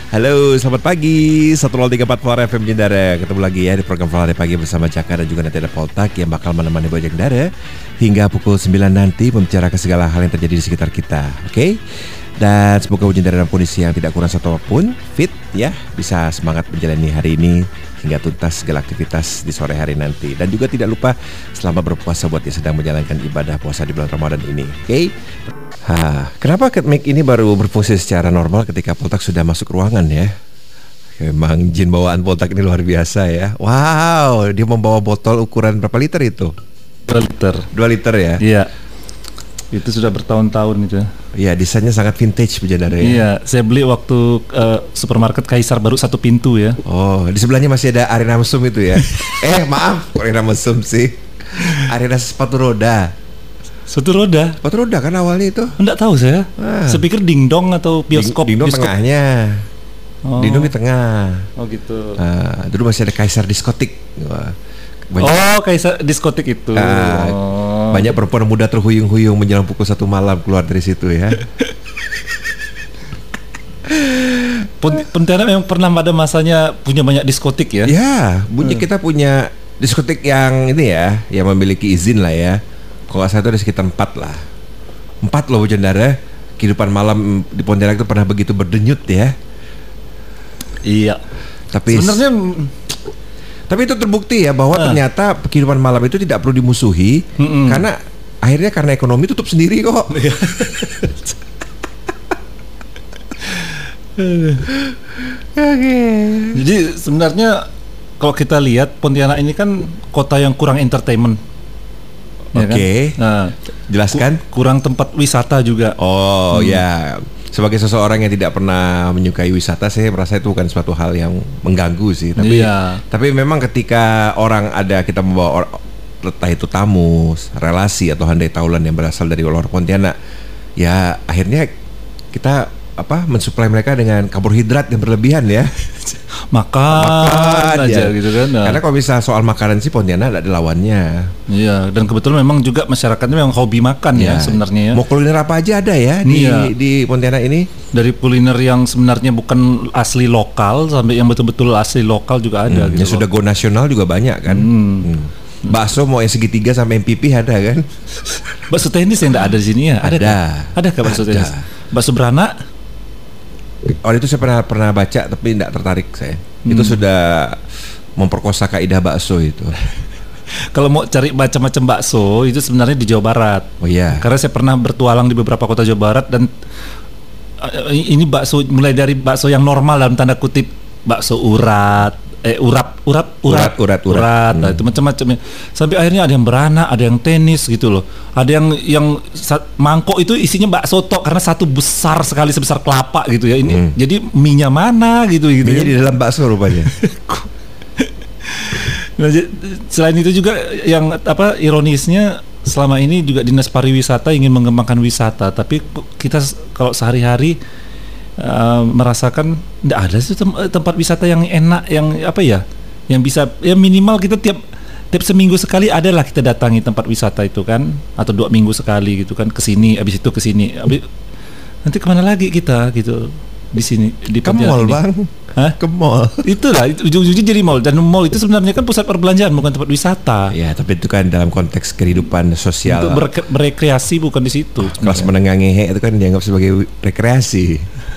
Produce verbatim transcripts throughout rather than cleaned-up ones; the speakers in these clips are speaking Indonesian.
Halo, selamat pagi. seratus tiga empat Flora F M Jendara. Ketemu lagi ya di program Flora Pagi bersama Caka dan juga nanti ada Poltak yang bakal menemani Bojeng Dara hingga pukul sembilan nanti membicarakan segala hal yang terjadi di sekitar kita. Oke? Okay? Dan semoga Bojeng Dara dalam kondisi yang tidak kurang satu apapun, fit ya, bisa semangat menjalani hari ini hingga tuntas segala aktivitas di sore hari nanti. Dan juga tidak lupa selamat berpuasa buat yang sedang menjalankan ibadah puasa di bulan Ramadan ini. Oke? Okay? Ha, kenapa mic ini baru berfungsi secara normal ketika Poltak sudah masuk ruangan ya? Memang jin bawaan Poltak ini luar biasa ya. Wow, dia membawa botol ukuran berapa liter itu? dua liter. dua liter ya? Iya. Itu sudah bertahun-tahun itu. Iya, desainnya sangat vintage Bujandara ya. Iya, saya beli waktu uh, supermarket Kaisar baru satu pintu ya. Oh, di sebelahnya masih ada arena mesum itu ya. eh, maaf, arena mesum sih. Arena sepatu roda. Sepatu roda? Sepatu roda kan awalnya itu? Enggak tahu saya. Ah. Saya pikir dingdong atau bioskop. Ding, dingdong bioskop. tengahnya. Oh. Dingdong di tengah. Oh gitu. Ah, dulu masih ada Kaisar diskotik. Wah. Banyak, oh, Kaisar diskotik itu. Ah, oh. Banyak perempuan muda terhuyung-huyung menjelang pukul satu malam keluar dari situ ya. Pontianak memang pernah ada masanya punya banyak diskotik ya? Ya, bunyi hmm. kita punya diskotik yang ini ya, yang memiliki izin lah ya. Kalau nggak salah itu ada sekitar empat lah. Empat loh Bujandara. Kehidupan malam di Pontianak itu pernah begitu berdenyut ya. Iya. Tapi sebenarnya Tapi itu terbukti ya bahwa uh. ternyata kehidupan malam itu tidak perlu dimusuhi. Mm-mm. Karena akhirnya karena ekonomi tutup sendiri kok. Oke. Okay. Jadi sebenarnya kalau kita lihat Pontianak ini kan kota yang kurang entertainment. Oke. Okay. Ya kan? Nah, jelaskan. Ku- kurang tempat wisata juga. Oh hmm. ya. Sebagai seseorang yang tidak pernah menyukai wisata, saya merasa itu bukan suatu hal yang mengganggu sih. Tapi, iya. tapi memang ketika orang ada kita membawa or, entah itu tamu, relasi atau handai taulan yang berasal dari luar Pontianak, ya akhirnya kita apa mensuplai mereka dengan karbohidrat yang berlebihan ya. Makan, Makan aja ya. Gitu kan. Nah. Karena kalau bisa soal makanan sih Pontianak ada lawannya. Iya, dan kebetulan memang juga masyarakatnya memang hobi makan ya, ya sebenarnya ya. Mau kuliner apa aja ada ya di iya. di Pontianak ini. Dari kuliner yang sebenarnya bukan asli lokal sampai yang betul-betul asli lokal juga ada hmm, gitu. Yang sudah go nasional juga banyak kan. Hmm. Hmm. Bakso mau yang segitiga sampai M P P ada kan. Bakso tenis yang tidak ada di sini ya? Ada. Ada, ada kan bakso tenis? Bakso beranak? Oh itu saya pernah pernah baca tapi tidak tertarik saya. Hmm. Itu sudah memperkosa kaidah bakso itu. Kalau mau cari macam-macam bakso itu sebenarnya di Jawa Barat. Oh iya. Karena saya pernah bertualang di beberapa kota Jawa Barat dan uh, ini bakso mulai dari bakso yang normal dalam tanda kutip bakso urat, eh urap, urap, urat, urat, urat, urat. urat hmm. Nah, itu macam-macam. Sampai akhirnya ada yang beranak, ada yang tenis gitu loh. Ada yang yang mangkok itu isinya bakso tok karena satu besar sekali sebesar kelapa gitu ya. Ini hmm. jadi mie-nya mana gitu gitu. Mie-nya di dalam bakso rupanya. Nah, selain itu juga yang apa ironisnya selama ini juga Dinas Pariwisata ingin mengembangkan wisata, tapi kita kalau sehari-hari uh, merasakan tidak ada sih tem- tempat wisata yang enak, yang apa ya, yang bisa ya minimal kita tiap tiap seminggu sekali adalah kita datangi tempat wisata itu kan, atau dua minggu sekali gitu kan, ke sini, habis itu ke sini, habis nanti kemana lagi kita gitu di sini di ke mall bang. Hah? Ke mall. Itulah ujung-ujungnya jadi mall, dan mall itu sebenarnya kan pusat perbelanjaan bukan tempat wisata. Ya, tapi itu kan dalam konteks kehidupan sosial. Untuk ber- berekreasi bukan di situ. Kelas menengah ngehe itu kan dianggap sebagai rekreasi.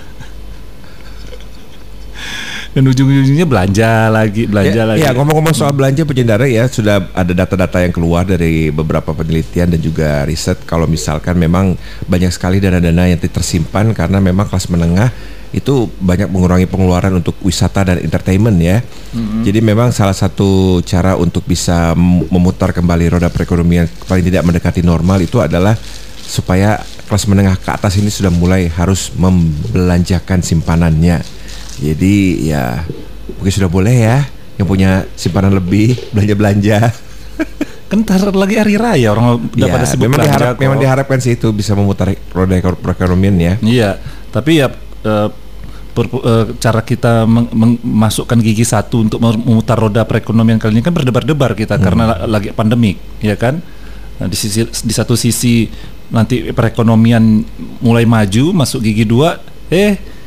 Dan ujung-ujungnya belanja lagi, belanja ya, lagi. Ya, ngomong-ngomong soal belanja Bujandara ya, sudah ada data-data yang keluar dari beberapa penelitian dan juga riset kalau misalkan memang banyak sekali dana-dana yang tersimpan karena memang kelas menengah itu banyak mengurangi pengeluaran untuk wisata dan entertainment ya. Mm-hmm. Jadi memang salah satu cara untuk bisa memutar kembali roda perekonomian paling tidak mendekati normal itu adalah supaya kelas menengah ke atas ini sudah mulai harus membelanjakan simpanannya. Jadi ya mungkin sudah boleh ya yang punya simpanan lebih belanja-belanja. Kan ntar lagi hari raya orang udah ya, pada sibuk memang belanja. Diharap, memang diharapkan sih itu bisa memutar roda perekonomian ya. Iya, tapi ya uh, per, uh, cara kita memasukkan gigi satu untuk memutar roda perekonomian kali ini kan berdebar-debar kita hmm. karena lagi pandemik, ya kan? Nah, di sisi di satu sisi nanti perekonomian mulai maju masuk gigi dua, eh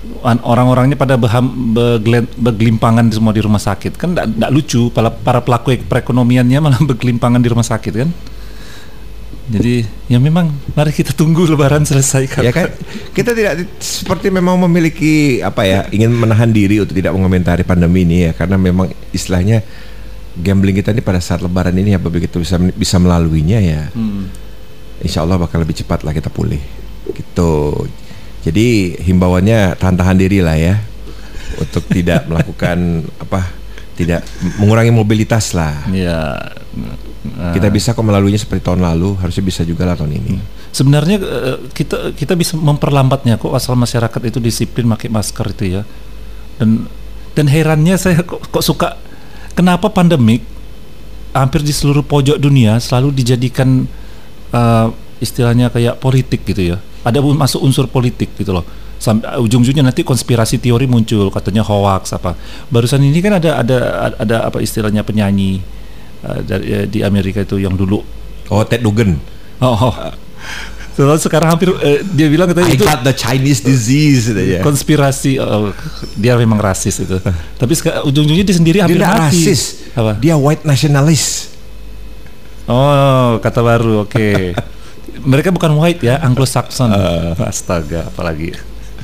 orang-orangnya pada beham, beglen, beglimpangan semua di rumah sakit kan, tidak lucu. Para, para pelaku perekonomiannya malah beglimpangan di rumah sakit kan. Jadi ya memang mari kita tunggu Lebaran selesai kan. Ya kan, kita tidak seperti memang memiliki apa ya, ingin menahan diri untuk tidak mengomentari pandemi ini ya, karena memang istilahnya gambling kita ini pada saat Lebaran ini ya, begitu bisa bisa melaluinya ya, hmm. Insya Allah bakal lebih cepat lah kita pulih gitu. Jadi himbauannya tahan-tahan diri lah ya, untuk tidak melakukan apa, tidak mengurangi mobilitas lah. Ya. Uh, kita bisa kok melaluinya seperti tahun lalu, harusnya bisa juga lah tahun ini. Sebenarnya kita kita bisa memperlambatnya kok, asal masyarakat itu disiplin pakai masker itu ya. Dan dan herannya saya kok, kok suka kenapa pandemik hampir di seluruh pojok dunia selalu dijadikan uh, istilahnya kayak politik gitu ya. Ada masuk unsur politik gitu loh. Sampai ujung-ujungnya nanti konspirasi teori muncul, katanya hoax apa. Barusan ini kan ada ada ada apa istilahnya penyanyi Uh, dari uh, di Amerika itu yang dulu, oh Ted Nugent. Oh, oh. So, sekarang hampir uh, dia bilang katanya I itu got the Chinese disease ya. Konspirasi. Oh, dia memang rasis itu. Tapi seka, ujung-ujungnya dia sendiri hampir dia mati. Rasis. Apa? Dia white nationalist. Oh, kata baru. Oke. Okay. Mereka bukan white ya, Anglo-Saxon. Uh. Astaga, apalagi.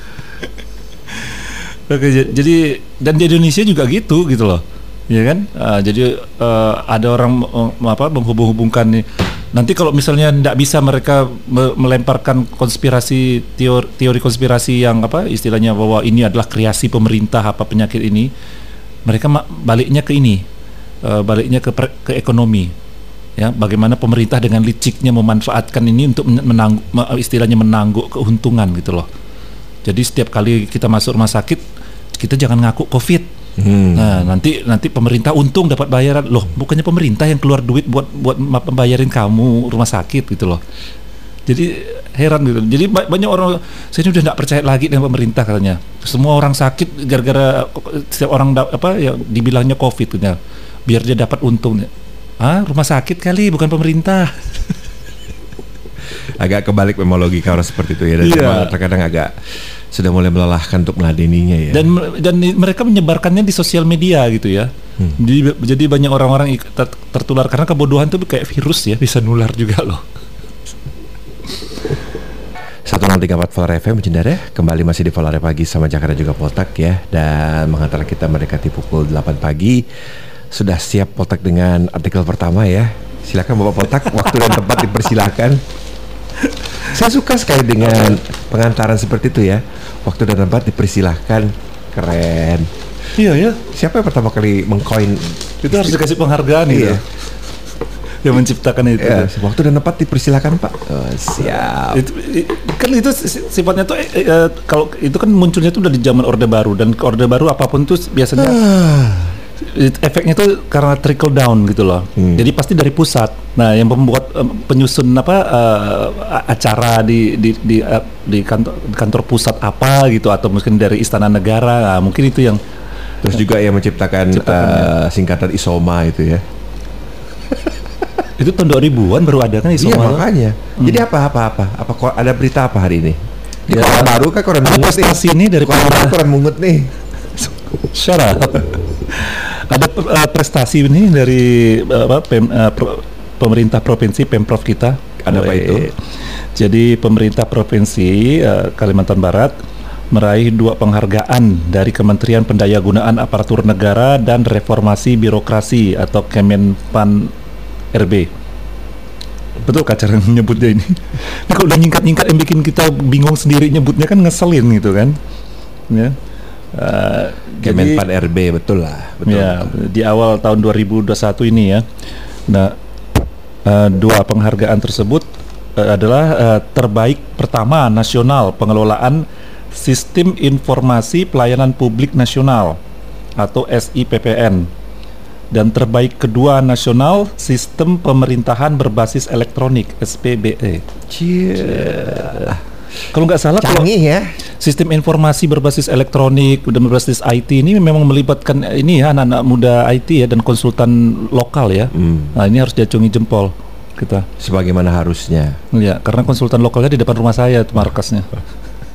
Oke, okay, jadi dan di Indonesia juga gitu gitu loh. Ya kan, uh, jadi uh, ada orang uh, apa menghubung-hubungkan nih. Nanti kalau misalnya tidak bisa mereka me- melemparkan konspirasi teori, teori konspirasi yang apa istilahnya bahwa ini adalah kreasi pemerintah apa penyakit ini, mereka ma- baliknya ke ini, uh, baliknya ke pre- ke ekonomi. Ya, bagaimana pemerintah dengan liciknya memanfaatkan ini untuk menanggu, istilahnya menangguk keuntungan gitu loh. Jadi setiap kali kita masuk rumah sakit, kita jangan ngaku COVID. Hmm. Nah nanti nanti pemerintah untung dapat bayaran loh, bukannya pemerintah yang keluar duit buat buat membayarin kamu rumah sakit gitu loh. Jadi heran gitu. Jadi banyak orang saya udah nggak percaya lagi dengan pemerintah katanya. Semua orang sakit gara-gara setiap orang da, apa ya dibilangnya COVID gitu, biar dia dapat untung. Ah rumah sakit kali bukan pemerintah. Agak kebalik memang logika orang seperti itu ya, dan yeah. terkadang agak sudah mulai melelahkan untuk meladeninya ya. Dan dan mereka menyebarkannya di sosial media gitu ya. Hmm. Jadi, jadi banyak orang-orang ter- tertular karena kebodohan itu kayak virus ya, bisa nular juga loh. seratus tiga puluh empat Volar F M Cendara kembali masih di Volar Pagi sama Jakarta juga Poltak ya, dan mengantar kita mendekati pukul delapan pagi. Sudah siap Poltak dengan artikel pertama ya. Silakan Bapak Poltak, waktu dan tempat dipersilakan. Saya suka sekali dengan pengantaran seperti itu ya. Waktu dan tempat dipersilahkan. Keren. Iya ya. Siapa yang pertama kali mengcoin? Itu harus dikasih penghargaan iya. Itu. Yang menciptakan itu. Ya, waktu dan tempat dipersilahkan Pak. Oh, siap. Itu, kan itu sifatnya tuh eh, eh, kalau itu kan munculnya tuh udah di zaman Orde Baru, dan Orde Baru apapun tuh biasanya efeknya tuh karena trickle down gitu loh. Hmm. Jadi pasti dari pusat. Nah, yang membuat um, penyusun apa uh, acara di di di, uh, di kantor kantor pusat apa gitu, atau mungkin dari Istana Negara. Nah, mungkin itu yang terus juga yang menciptakan uh, singkatan ISOMA itu ya. Itu tahun dua ribuan baru ada kan ISOMA. Iya, makanya. Hmm. Jadi apa apa apa? Apa kok ada berita apa hari ini? Di ya, koran baru kan koran mungut nih. Ini dari koran koran mungut nih. Shut up. Ada uh, prestasi ini dari uh, apa pem, uh, pro, pemerintah provinsi Pemprov kita. Ada apa itu? Jadi pemerintah provinsi uh, Kalimantan Barat meraih dua penghargaan dari Kementerian Pendayagunaan Aparatur Negara dan Reformasi Birokrasi atau Kemenpan R B. Betul kah cara nyebutnya ini? Nah, kalau udah nyingkat-nyingkat yang bikin kita bingung sendiri nyebutnya kan, ngeselin gitu kan. Ya. Uh, Kemenpan R B, betul lah, betul. Ya, di awal tahun dua ribu dua puluh satu ini ya. Nah, uh, dua penghargaan tersebut uh, adalah uh, terbaik pertama nasional pengelolaan Sistem Informasi Pelayanan Publik Nasional atau S I P P N, dan terbaik kedua nasional Sistem Pemerintahan Berbasis Elektronik S P B E. Cie. Kalau nggak salah, canggih ya. Sistem informasi berbasis elektronik dan berbasis I T ini memang melibatkan ini ya anak-anak muda I T ya, dan konsultan lokal ya. Hmm. Nah, ini harus diacungi jempol kita. Sebagaimana harusnya. Ya, karena konsultan lokalnya di depan rumah saya itu markasnya.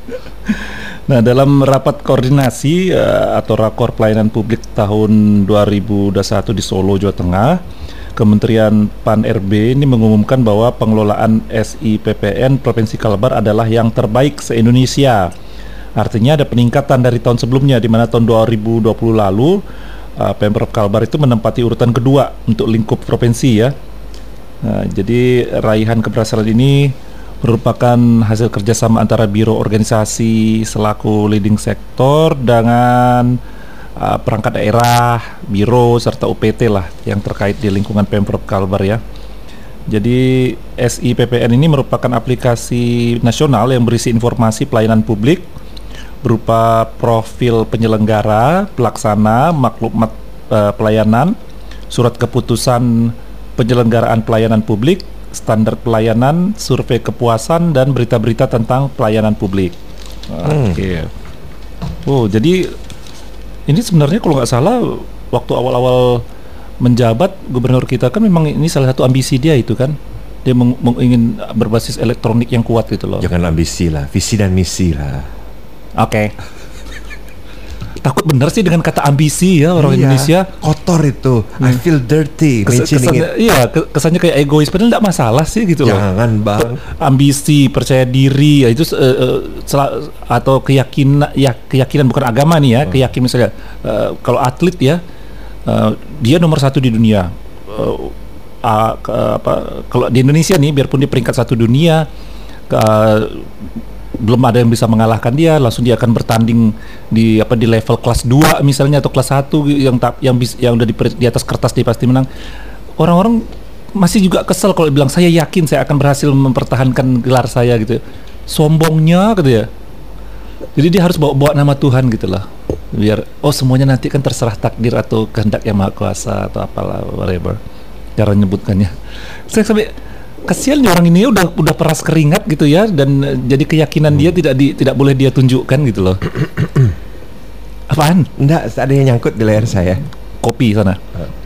Nah, dalam rapat koordinasi uh, atau rakor pelayanan publik tahun dua ribu dua puluh satu di Solo, Jawa Tengah, Kementerian P A N R B ini mengumumkan bahwa pengelolaan S I P P N Provinsi Kalbar adalah yang terbaik se-Indonesia. Artinya ada peningkatan dari tahun sebelumnya, di mana tahun dua ribu dua puluh lalu uh, Pemprov Kalbar itu menempati urutan kedua untuk lingkup provinsi ya. Nah, jadi raihan keberhasilan ini merupakan hasil kerjasama antara Biro Organisasi selaku leading sektor dengan uh, perangkat daerah, biro serta U P T lah yang terkait di lingkungan Pemprov Kalbar ya. Jadi S I P P N ini merupakan aplikasi nasional yang berisi informasi pelayanan publik berupa profil penyelenggara, pelaksana, maklumat uh, pelayanan, surat keputusan penyelenggaraan pelayanan publik, standar pelayanan, survei kepuasan, dan berita-berita tentang pelayanan publik. Hmm. Oke. Oh, jadi ini sebenarnya kalau nggak salah waktu awal-awal menjabat gubernur kita kan memang ini salah satu ambisi dia itu kan. Dia meng- meng- ingin berbasis elektronik yang kuat gitu loh. Jangan ambisi lah, visi dan misi lah. Oke. Takut bener sih dengan kata ambisi ya orang Iya, Indonesia. kotor itu. I feel dirty Kes- mentioning kesannya, iya, ke- kesannya kayak egois, padahal nggak masalah sih gitu loh. Jangan bang. Ambisi, percaya diri, ya itu uh, uh, sel- atau keyakinan, ya keyakinan bukan agama nih ya, Hmm. keyakinan misalnya uh, kalau atlet ya, uh, dia nomor satu di dunia. Uh, uh, ke- apa, kalau di Indonesia nih, biarpun dia peringkat satu dunia, uh, belum ada yang bisa mengalahkan dia, langsung dia akan bertanding di apa di level kelas dua misalnya atau kelas satu yang tak yang bis, yang udah di, di atas kertas dia pasti menang. Orang-orang masih juga kesel kalau bilang saya yakin saya akan berhasil mempertahankan gelar saya gitu. Sombongnya gitu ya. Jadi dia harus bawa-bawa nama Tuhan gitu lah. Biar oh semuanya nanti kan terserah takdir atau kehendak Yang Maha Kuasa atau apalah whatever cara menyebutkannya. Saya sampai kasihan nih orang ini udah udah peras keringat gitu ya, dan uh, jadi keyakinan dia tidak di, tidak boleh dia tunjukkan gitu loh. Apaan? Enggak, ada yang nyangkut di leher saya. Kopi sana.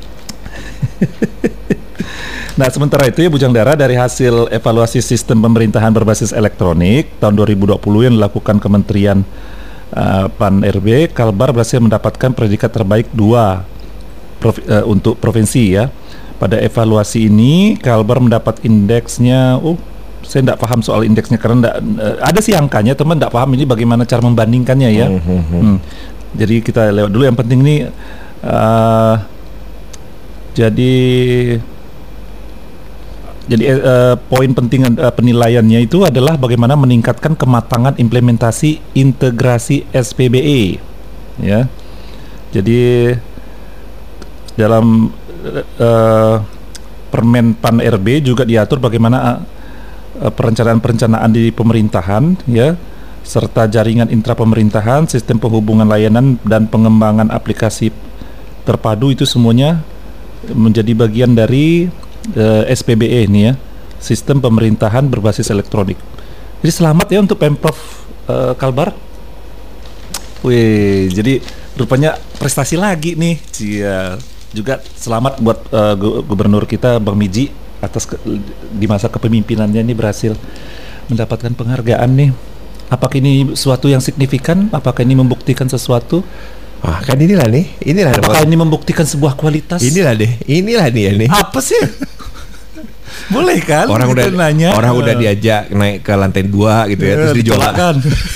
Nah, sementara itu ya Bujang Dara, dari hasil evaluasi sistem pemerintahan berbasis elektronik tahun dua ribu dua puluh yang dilakukan Kementerian uh, P A N R B, Kalbar berhasil mendapatkan predikat terbaik dua provi- uh, untuk provinsi ya. Pada evaluasi ini, Kalbar mendapat indeksnya, oh saya tidak paham soal indeksnya karena enggak, uh, ada sih angkanya, teman tidak paham ini bagaimana cara membandingkannya ya. Mm-hmm. Hmm. Jadi kita lewat dulu, yang penting ini uh, jadi jadi uh, poin penting uh, penilaiannya itu adalah bagaimana meningkatkan kematangan implementasi integrasi S P B E ya. Jadi dalam Uh, Permen P A N R B juga diatur bagaimana uh, perencanaan-perencanaan di pemerintahan ya, serta jaringan intra pemerintahan, sistem penghubungan layanan dan pengembangan aplikasi terpadu, itu semuanya menjadi bagian dari uh, S P B E ini ya, sistem pemerintahan berbasis elektronik. Jadi selamat ya untuk Pemprov uh, Kalbar. Wih, jadi rupanya prestasi lagi nih. Cia. Juga selamat buat uh, gubernur kita Bang Miji atas ke, di masa kepemimpinannya ini berhasil mendapatkan penghargaan nih. Apakah ini suatu yang signifikan? Apakah ini membuktikan sesuatu? Ah, kan inilah nih, inilah. Apakah ini membuktikan sebuah kualitas? Inilah deh, inilah dia nih. Apa sih? Boleh kan? Orang gitu udah nanya. Orang udah diajak naik ke lantai dua gitu ya, terus dijolak kan.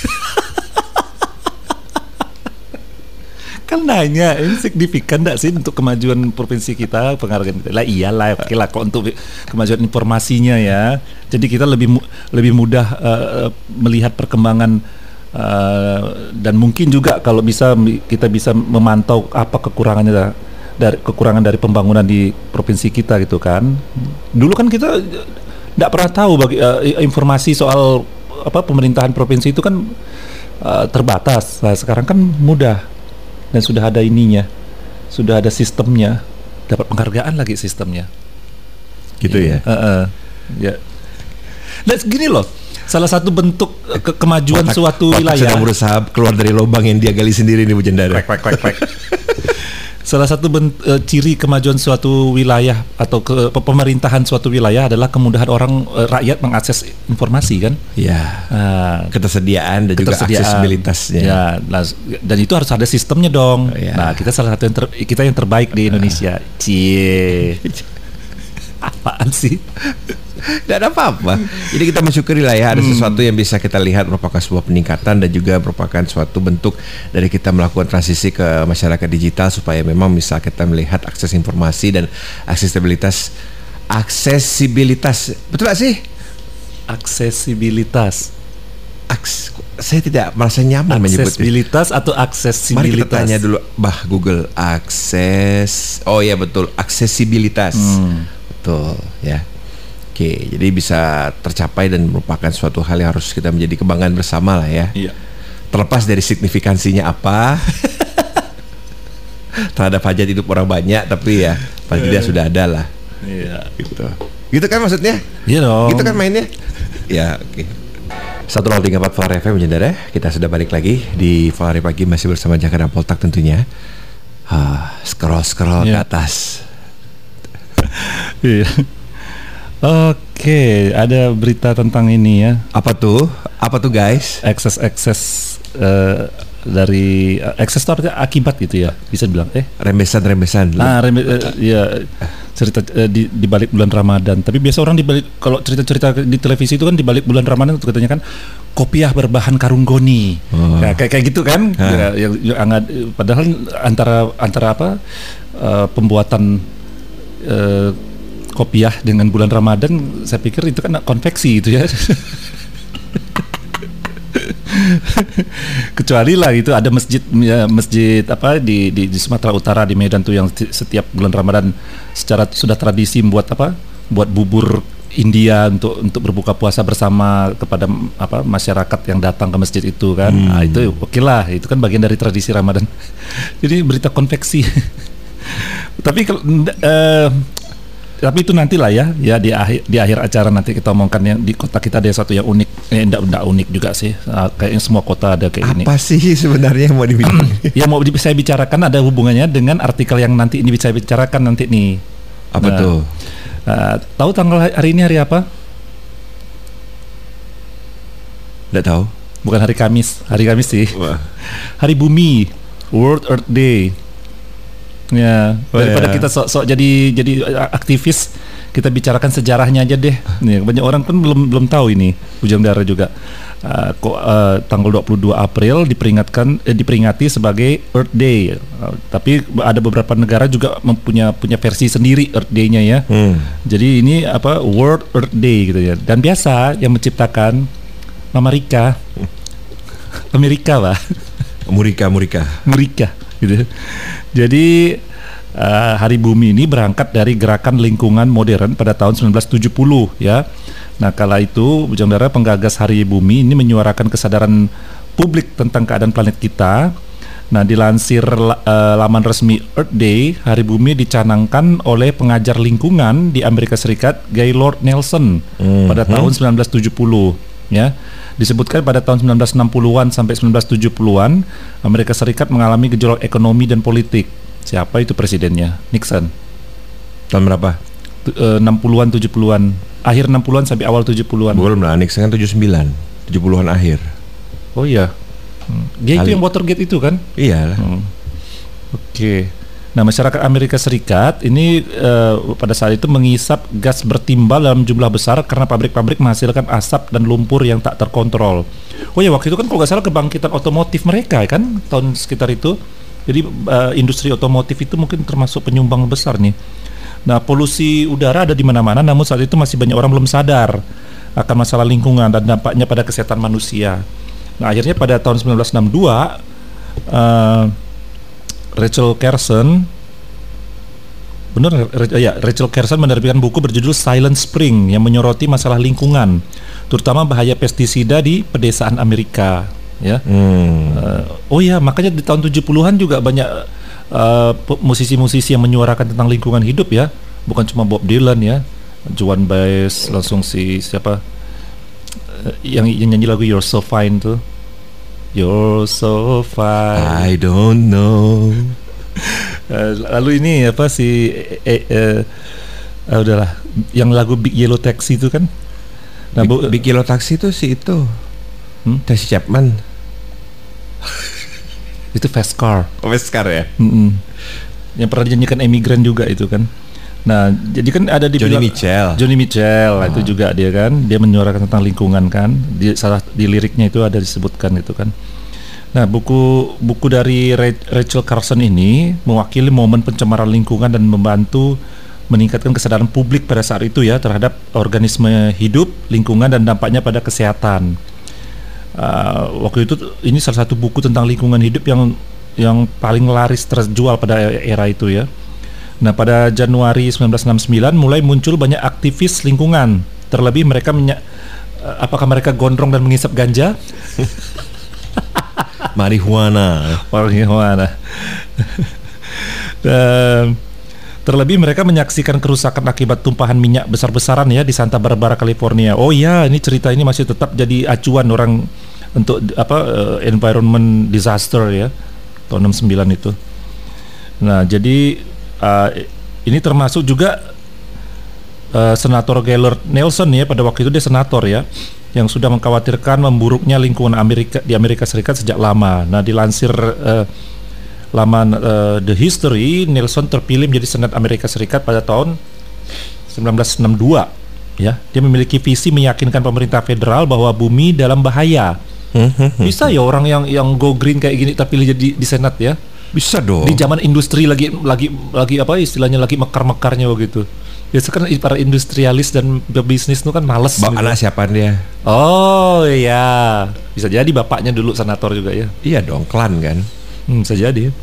Kan nanya, ini signifikan enggak sih untuk kemajuan provinsi kita, penghargaan kita? Lah iyalah, oke lah kok untuk kemajuan informasinya ya. Jadi kita lebih mu- lebih mudah uh, melihat perkembangan uh, dan mungkin juga kalau bisa kita bisa memantau apa kekurangannya dari kekurangan dari pembangunan di provinsi kita gitu kan. Dulu kan kita enggak pernah tahu bagi uh, informasi soal apa pemerintahan provinsi itu kan uh, terbatas. Nah, sekarang kan mudah. Dan sudah ada ininya, sudah ada sistemnya, dapat penghargaan lagi sistemnya, gitu ya. Uh, uh, ya. Dan gini loh, salah satu bentuk ke- kemajuan Otak- suatu otak wilayah. sedang berusaha keluar dari lubang yang dia gali sendiri nih Bu Jendara. Kwek, kwek, kwek, kwek. Salah satu bent, uh, ciri kemajuan suatu wilayah atau ke pemerintahan suatu wilayah adalah kemudahan orang uh, rakyat mengakses informasi kan? Ya. Uh, ketersediaan dan ketersediaan, juga aksesibilitasnya. Ya, nah, dan itu harus ada sistemnya dong. Oh, ya. Nah, kita salah satu yang ter, kita yang terbaik di Indonesia. Cie. Apaan sih? Tidak ada apa-apa. Jadi kita mensyukuri lah ya, ada hmm. sesuatu yang bisa kita lihat merupakan sebuah peningkatan dan juga merupakan suatu bentuk dari kita melakukan transisi ke masyarakat digital supaya memang bisa kita melihat akses informasi dan aksesibilitas. Aksesibilitas, betul gak sih? Aksesibilitas. Aks, saya tidak merasa nyaman menyebutnya. Aksesibilitas atau aksesibilitas? Mari kita tanya dulu, bah Google, akses. Oh ya betul, aksesibilitas. Hmm. Betul ya. Oke, jadi bisa tercapai dan merupakan suatu hal yang harus kita menjadi kebanggaan bersama lah ya. Iya. Terlepas dari signifikansinya apa terhadap hajat hidup orang banyak, tapi ya paling tidak sudah ada lah. Iya. Gitu. Gitu kan maksudnya? Iya dong. Gitu kan mainnya? Ya oke. seratus tiga koma empat Full F M saudara, kita sudah balik lagi di Full Pagi masih bersama Jakarta Poltak tentunya. Ah, scroll-scroll yeah. ke atas. Iya. Oke, ada berita tentang ini ya. Apa tuh? Apa tuh guys? Ekses-ekses uh, dari uh, ekses itu artinya akibat gitu ya, bisa dibilang. Eh, rembesan-rembesan. Nah, rembe uh, ya cerita uh, di, di balik bulan Ramadan. Tapi biasa orang di balik, kalau cerita-cerita di televisi itu kan di balik bulan Ramadan itu katanya kan kopiah berbahan karung goni. Oh. Nah, kayak kayak gitu kan. Ya, yang, yang, padahal antara antara apa? Uh, pembuatan uh, kopiah dengan bulan Ramadan, saya pikir itu kan konveksi itu ya. Kecuali lah itu ada masjid ya, masjid apa di, di di Sumatera Utara di Medan tuh yang setiap bulan Ramadan secara sudah tradisi membuat apa? Buat bubur India untuk untuk berbuka puasa bersama kepada apa masyarakat yang datang ke masjid itu kan. Hmm. Nah, itu oke lah, itu kan bagian dari tradisi Ramadan. Jadi berita konveksi. Tapi kalau uh, tapi itu nantilah ya, ya di akhir di akhir acara nanti kita omongkan yang di kota kita ada satu yang unik, eh, enggak, enggak unik juga sih, uh, kayaknya semua kota ada kayak apa ini. Apa sih sebenarnya yang mau dibicarakan? Yang mau saya bicarakan ada hubungannya dengan artikel yang nanti ini bisa bicarakan nanti nih. Apa nah, tuh? Uh, tahu tanggal hari ini hari apa? Enggak tahu. Bukan hari Kamis, hari Kamis sih. Wah. Hari Bumi, World Earth Day. Ya, daripada oh, ya. kita sok-sok jadi jadi aktivis, kita bicarakan sejarahnya aja deh. Nih, banyak orang kan belum belum tahu ini, Ujang Dara juga. Uh, kok uh, tanggal dua puluh dua April diperingatkan eh, diperingati sebagai Earth Day. Uh, tapi ada beberapa negara juga mempunyai punya versi sendiri Earth Day-nya ya. Hmm. Jadi ini apa World Earth Day gitu ya. Dan biasa yang menciptakan Amerika. Amerika lah. Amerika, Amerika. Amerika gitu. Jadi uh, Hari Bumi ini berangkat dari gerakan lingkungan modern pada tahun sembilan belas tujuh puluh ya. Nah, kala itu Ujang Dara penggagas Hari Bumi ini menyuarakan kesadaran publik tentang keadaan planet kita. Nah, dilansir uh, laman resmi Earth Day, Hari Bumi dicanangkan oleh pengajar lingkungan di Amerika Serikat Gaylord Nelson mm-hmm. pada tahun sembilan belas tujuh puluh ya. Disebutkan pada tahun sembilan belas enam puluhan sampai sembilan belas tujuh puluhan Amerika Serikat mengalami gejolak ekonomi dan politik. Siapa itu presidennya? Nixon. Tahun berapa? Uh, enam puluhan tujuh puluhan. Akhir enam puluhan sampai awal tujuh puluhan. Belum lah, Nixon kan tujuh puluh sembilan. tujuh puluhan akhir. Oh iya. Hmm. Dia Kali. Itu yang Watergate itu kan? Iya. Hmm. Oke. Okay. Nah, masyarakat Amerika Serikat ini uh, pada saat itu mengisap gas bertimbal dalam jumlah besar karena pabrik-pabrik menghasilkan asap dan lumpur yang tak terkontrol. Oh ya, waktu itu kan kalau nggak salah kebangkitan otomotif mereka kan tahun sekitar itu. Jadi uh, industri otomotif itu mungkin termasuk penyumbang besar nih. Nah, polusi udara ada di mana-mana, namun saat itu masih banyak orang belum sadar akan masalah lingkungan dan dampaknya pada kesehatan manusia. Nah, akhirnya pada tahun sembilan belas enam puluh dua uh, Rachel Carson, benar ya, Rachel Carson menerbitkan buku berjudul Silent Spring yang menyoroti masalah lingkungan, terutama bahaya pestisida di pedesaan Amerika. Ya, hmm. uh, oh ya, makanya di tahun tujuh puluhan juga banyak uh, musisi-musisi yang menyuarakan tentang lingkungan hidup ya, bukan cuma Bob Dylan ya, Joan Baez, langsung si siapa uh, yang, yang nyanyi lagu You're So Fine tuh. You're so fine. I don't know. Uh, lalu ini apa si eh, eh, uh, udahlah, yang lagu Big Yellow Taxi itu kan. Nah, Big, bu, Big Yellow Taxi itu si itu. Hmm? Tracy Chapman. Itu Fast Car. Oh, Fast Car ya. Mm-mm. Yang pernah dinyanyikan Emigran juga itu kan. Nah, jadi kan ada di Johnny Mitchell. Johnny Mitchell oh. Itu juga dia kan, dia menyuarakan tentang lingkungan kan. Di salah di liriknya itu ada disebutkan itu kan. Nah, buku buku dari Rachel Carson ini mewakili momen pencemaran lingkungan dan membantu meningkatkan kesadaran publik pada saat itu ya terhadap organisme hidup, lingkungan dan dampaknya pada kesehatan. Uh, waktu itu ini salah satu buku tentang lingkungan hidup yang yang paling laris terjual pada era itu ya. Nah, pada Januari sembilan belas enam puluh sembilan mulai muncul banyak aktivis lingkungan. Terlebih mereka menya- apakah mereka gondrong dan mengisap ganja? Marihuana. Marihuana. Dan terlebih mereka menyaksikan kerusakan akibat tumpahan minyak besar-besaran ya di Santa Barbara, California. Oh ya, ini cerita ini masih tetap jadi acuan orang untuk apa uh, environment disaster ya tahun enam puluh sembilan itu. Nah, jadi uh, ini termasuk juga uh, Senator Gaylord Nelson ya, pada waktu itu dia senator ya, yang sudah mengkhawatirkan memburuknya lingkungan Amerika di Amerika Serikat sejak lama. Nah, dilansir uh, laman uh, The History, Nelson terpilih menjadi Senat Amerika Serikat pada tahun sembilan belas enam puluh dua ya. Dia memiliki visi meyakinkan pemerintah federal bahwa bumi dalam bahaya. Bisa ya orang yang yang go green kayak gini terpilih jadi di Senat ya? Bisa dong. Di zaman industri lagi lagi lagi apa istilahnya lagi mekar-mekarnya begitu. Biasa kan para industrialis dan bisnis itu kan males. Bapak anak siapa dia? Oh iya, bisa jadi bapaknya dulu senator juga ya. Iya dong, klan kan. Hmm, bisa jadi.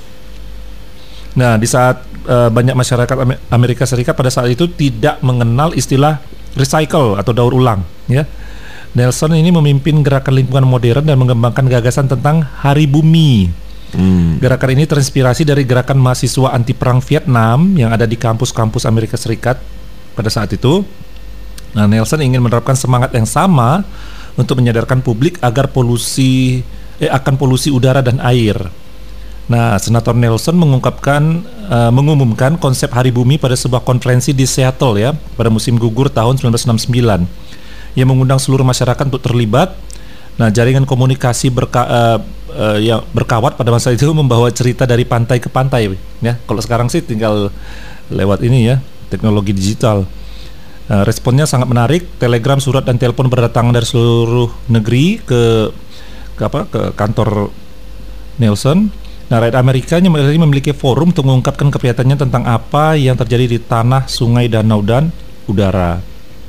Nah, di saat uh, banyak masyarakat Amerika Serikat pada saat itu tidak mengenal istilah recycle atau daur ulang, ya. Nelson ini memimpin gerakan lingkungan modern dan mengembangkan gagasan tentang Hari Bumi. Hmm. Gerakan ini terinspirasi dari gerakan mahasiswa anti perang Vietnam yang ada di kampus-kampus Amerika Serikat pada saat itu. Nah, Nelson ingin menerapkan semangat yang sama untuk menyadarkan publik agar polusi eh, akan polusi udara dan air. Nah, Senator Nelson mengungkapkan uh, mengumumkan konsep Hari Bumi pada sebuah konferensi di Seattle ya pada musim gugur tahun sembilan belas enam puluh sembilan yang mengundang seluruh masyarakat untuk terlibat. Nah, jaringan komunikasi berka, uh, uh, yang berkawat pada masa itu membawa cerita dari pantai ke pantai ya. Kalau sekarang sih tinggal lewat ini ya, teknologi digital. Uh, responnya sangat menarik. Telegram, surat dan telepon berdatangan dari seluruh negeri ke ke apa ke kantor Nelson. Nah, rakyat Amerika memiliki forum untuk mengungkapkan keprihatinannya tentang apa yang terjadi di tanah, sungai, danau dan udara.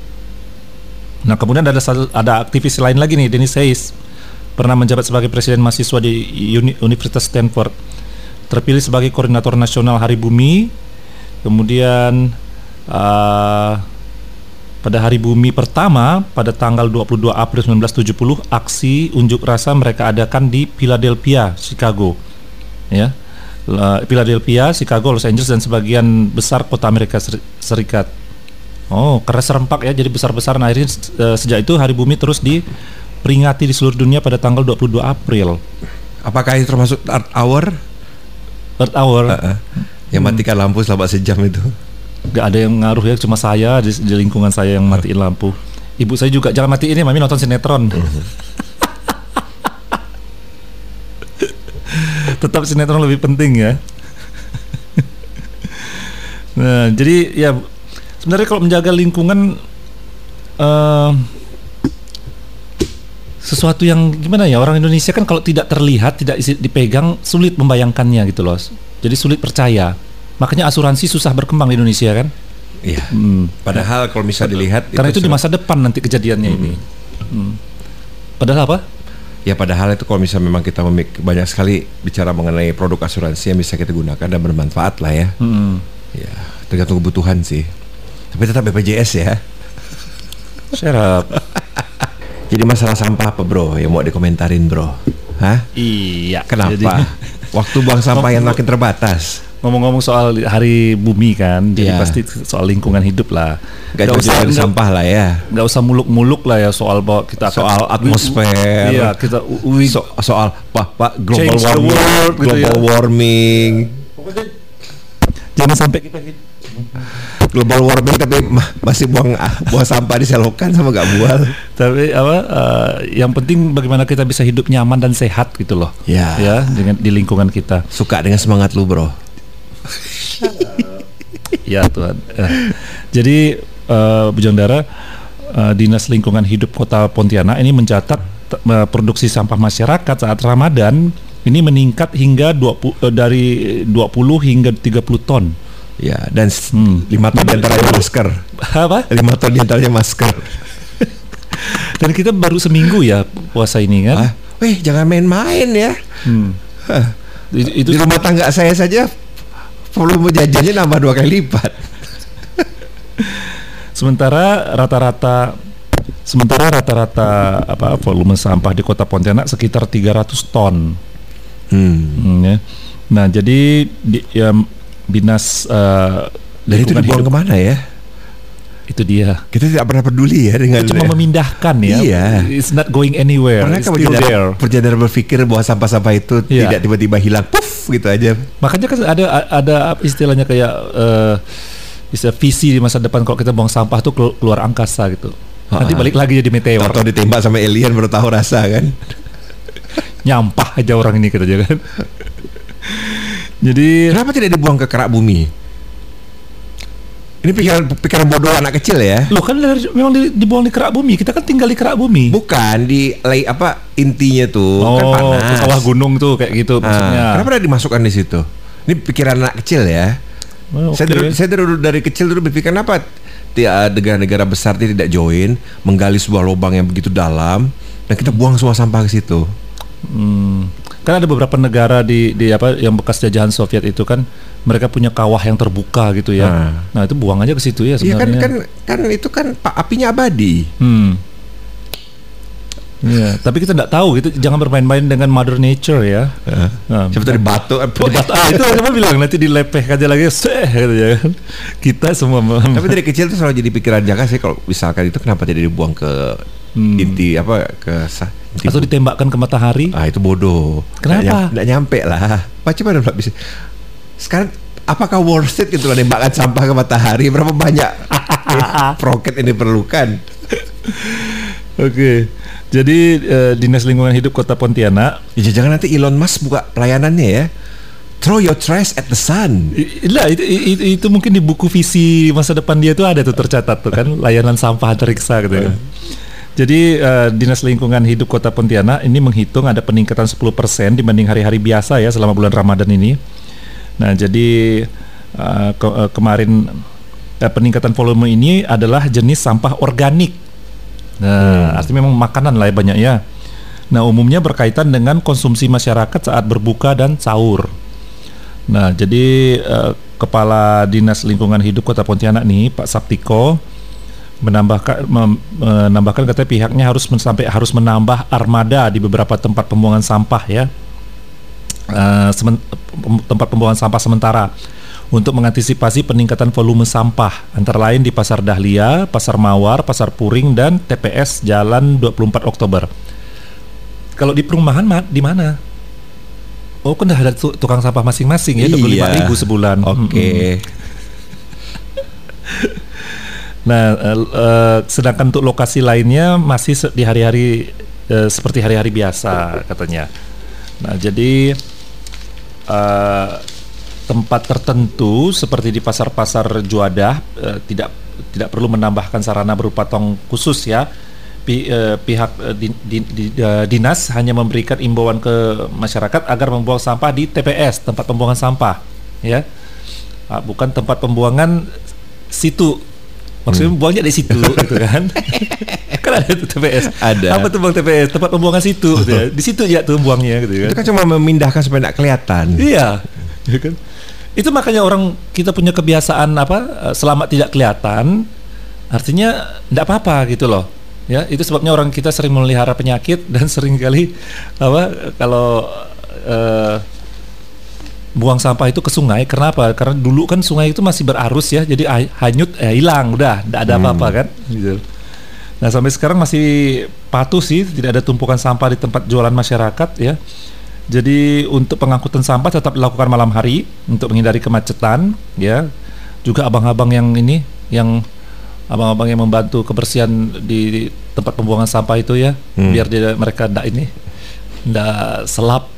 Nah, kemudian ada ada aktivis lain lagi nih, Dennis Hayes, pernah menjabat sebagai presiden mahasiswa di Uni- Universitas Stanford, terpilih sebagai koordinator nasional Hari Bumi. Kemudian uh, pada Hari Bumi pertama pada tanggal dua puluh dua April sembilan belas tujuh puluh, aksi unjuk rasa mereka adakan di Philadelphia, Chicago. Ya, Philadelphia, Chicago, Los Angeles dan sebagian besar kota Amerika Serikat. Oh, karena serempak ya, jadi besar-besaran. Akhirnya uh, sejak itu Hari Bumi terus diperingati di seluruh dunia pada tanggal dua puluh dua April. Apakah itu termasuk Earth Hour? Earth Hour. Uh-uh. Yang matikan hmm. lampu selama sejam itu. Gak ada yang ngaruh ya, cuma saya di, di lingkungan saya yang matiin lampu. Ibu saya juga jangan matiin ini, mami nonton sinetron. Tetap sinetron lebih penting ya. Nah, jadi ya sebenarnya kalau menjaga lingkungan uh, sesuatu yang gimana ya, orang Indonesia kan kalau tidak terlihat, tidak isi, dipegang, sulit membayangkannya gitu loh. Jadi sulit percaya. Makanya asuransi susah berkembang di Indonesia kan. Iya. Hmm. Padahal kalau bisa dilihat karena itu, itu di masa depan nanti kejadiannya hmm. ini. Hmm. Padahal apa? Ya padahal itu kalau misalnya memang kita memik- banyak sekali bicara mengenai produk asuransi yang bisa kita gunakan dan bermanfaat lah ya. Hmm. Ya tergantung kebutuhan sih. Tapi tetap B P J S ya. Serap. Jadi masalah sampah apa bro yang mau dikomentarin bro? Hah? Iya. Kenapa? Jadi, waktu buang sampah yang makin terbatas. Ngomong-ngomong soal Hari Bumi kan, jadi ya. pasti soal lingkungan hidup lah. Gak, gak usah dari sampah lah ya. Gak usah muluk-muluk lah ya soal bahwa kita soal akan, atmosfer. Iya kita we, so, soal pak pak global warming, world, global gitu ya. warming. Pokoknya Jangan sampai kita global warming tapi ma- masih buang buang sampah di selokan sama gak buang. Tapi apa? Uh, yang penting bagaimana kita bisa hidup nyaman dan sehat gitu loh. Ya. Ya, dengan di lingkungan kita. Suka dengan semangat lu, bro. Ya Tuhan. Uh, jadi uh, Bujang Dara, uh, Dinas Lingkungan Hidup Kota Pontianak ini mencatat uh, produksi sampah masyarakat saat Ramadan ini meningkat hingga dua puluh, uh, dari dua puluh hingga tiga puluh ton. Ya, dan hmm. lima ton diantaranya masker. Apa? lima ton diantaranya masker. Dan kita baru seminggu ya puasa ini kan. Ah, weh, jangan main-main ya. Hmm. Huh. Itu, itu di rumah tangga saya saja volume jajannya nambah dua kali lipat. Sementara rata-rata sementara rata-rata apa volume sampah di Kota Pontianak sekitar tiga ratus ton. Hmm. Hmm, ya. Nah, jadi di, ya, Dinas uh, dan itu dibuang hidup, kemana ya? Itu dia. Kita tidak pernah peduli ya dengan cuma ya. memindahkan ya. Iya. It's not going anywhere. Pernah kamu perjalanan, perjalanan berpikir bahwa sampah-sampah itu yeah. tidak tiba-tiba hilang, puff gitu aja. Makanya kan ada ada istilahnya kayak uh, istilah visi di masa depan kalau kita buang sampah tuh keluar angkasa gitu. Ha-ha. Nanti balik lagi jadi meteor. Atau ditembak sama alien baru tahu rasa kan. Nyampah aja orang ini kita aja kan. Jadi kenapa tidak dibuang ke kerak bumi? Ini pikiran pikiran bodoh anak kecil ya. Loh kan memang di, dibuang di kerak bumi. Kita kan tinggal di kerak bumi. Bukan di lay, apa intinya tuh oh, kan panas. Ke kawah gunung tuh kayak gitu maksudnya. Nah, kenapa tidak dimasukkan di situ? Ini pikiran anak kecil ya. Oh, okay. Saya dari, saya dari, dari kecil dulu berpikir kenapa negara-negara besar tidak join menggali sebuah lubang yang begitu dalam dan kita buang semua sampah ke situ. Hmm. Kan ada beberapa negara di di apa yang bekas jajahan Soviet itu kan mereka punya kawah yang terbuka gitu ya. Nah, nah itu buang aja ke situ ya sebenarnya. Iya kan kan kan itu kan pak apinya abadi. Hmm. Iya, tapi kita tidak tahu gitu, jangan bermain-main dengan Mother Nature ya. Uh, nah, seperti di batu, di batu ah, itu siapa bilang nanti dilepeh aja lagi, seh gitu ya. Kita semua. Tapi dari kecil tuh selalu jadi pikiran Jaka sih kalau misalkan itu kenapa tidak dibuang ke hmm. inti apa ke sah. Atau ditembakkan ke matahari? Ah itu bodoh. Kenapa? Tidak nyampe lah. Macam mana bisa? Sekarang apakah worth it gitu menembakkan sampah ke matahari? Berapa banyak roket ini diperlukan? Oke. Okay. Jadi uh, Dinas Lingkungan Hidup Kota Pontianak. Ya, jangan nanti Elon Musk buka pelayanannya ya. Throw your trash at the sun. Lah itu, itu, itu mungkin di buku visi masa depan dia tuh ada tuh tercatat tuh kan layanan sampah antariksa gitu kan. Jadi uh, Dinas Lingkungan Hidup Kota Pontianak ini menghitung ada peningkatan sepuluh persen dibanding hari-hari biasa ya selama bulan Ramadan ini. Nah, jadi uh, ke, uh, kemarin uh, peningkatan volume ini adalah jenis sampah organik. Nah, hmm. artinya memang makanan lah ya banyak ya. Nah, umumnya berkaitan dengan konsumsi masyarakat saat berbuka dan sahur. Nah, jadi uh, Kepala Dinas Lingkungan Hidup Kota Pontianak nih, Pak Saptiko menambahkan mem, menambahkan katanya pihaknya harus men, sampai harus menambah armada di beberapa tempat pembuangan sampah ya. Uh, semen, tempat pembuangan sampah sementara untuk mengantisipasi peningkatan volume sampah antara lain di Pasar Dahlia, Pasar Mawar, Pasar Puring dan T P S Jalan dua puluh empat Oktober. Kalau di perumahan ma- di mana? Oh, kan udah ada tukang sampah masing-masing ya, dua puluh lima ribu sebulan. Oke. Okay. Nah, uh, uh, sedangkan untuk lokasi lainnya masih se- di hari-hari uh, seperti hari-hari biasa katanya. Nah, jadi uh, tempat tertentu seperti di pasar-pasar Juadah uh, tidak tidak perlu menambahkan sarana berupa tong khusus ya. Pi, uh, pihak uh, di, di, di, uh, dinas hanya memberikan imbauan ke masyarakat agar membuang sampah di T P S, tempat pembuangan sampah ya. Uh, bukan tempat pembuangan situ. Maksudnya hmm. buangnya di situ gitu kan. Kan ada tuh T P S. Ada. Apa tuh buang T P S? Tempat pembuangan situ gitu ya. Di situ ya tuh buangnya gitu kan. Itu kan cuma memindahkan supaya tidak kelihatan. Iya. Ya kan? Itu makanya orang kita punya kebiasaan apa selama tidak kelihatan artinya tidak apa-apa gitu loh. Ya, itu sebabnya orang kita sering memelihara penyakit dan sering kali apa kalau uh, buang sampah itu ke sungai. Kenapa? Karena dulu kan sungai itu masih berarus ya, jadi hanyut, eh hilang, udah, tidak ada hmm. apa-apa kan. Gitu. Nah sampai sekarang masih patuh sih, tidak ada tumpukan sampah di tempat jualan masyarakat ya. Jadi untuk pengangkutan sampah tetap dilakukan malam hari untuk menghindari kemacetan, ya. Juga abang-abang yang ini, yang abang-abang yang membantu kebersihan di tempat pembuangan sampah itu ya, hmm. biar dia, mereka ndak ini, ndak selap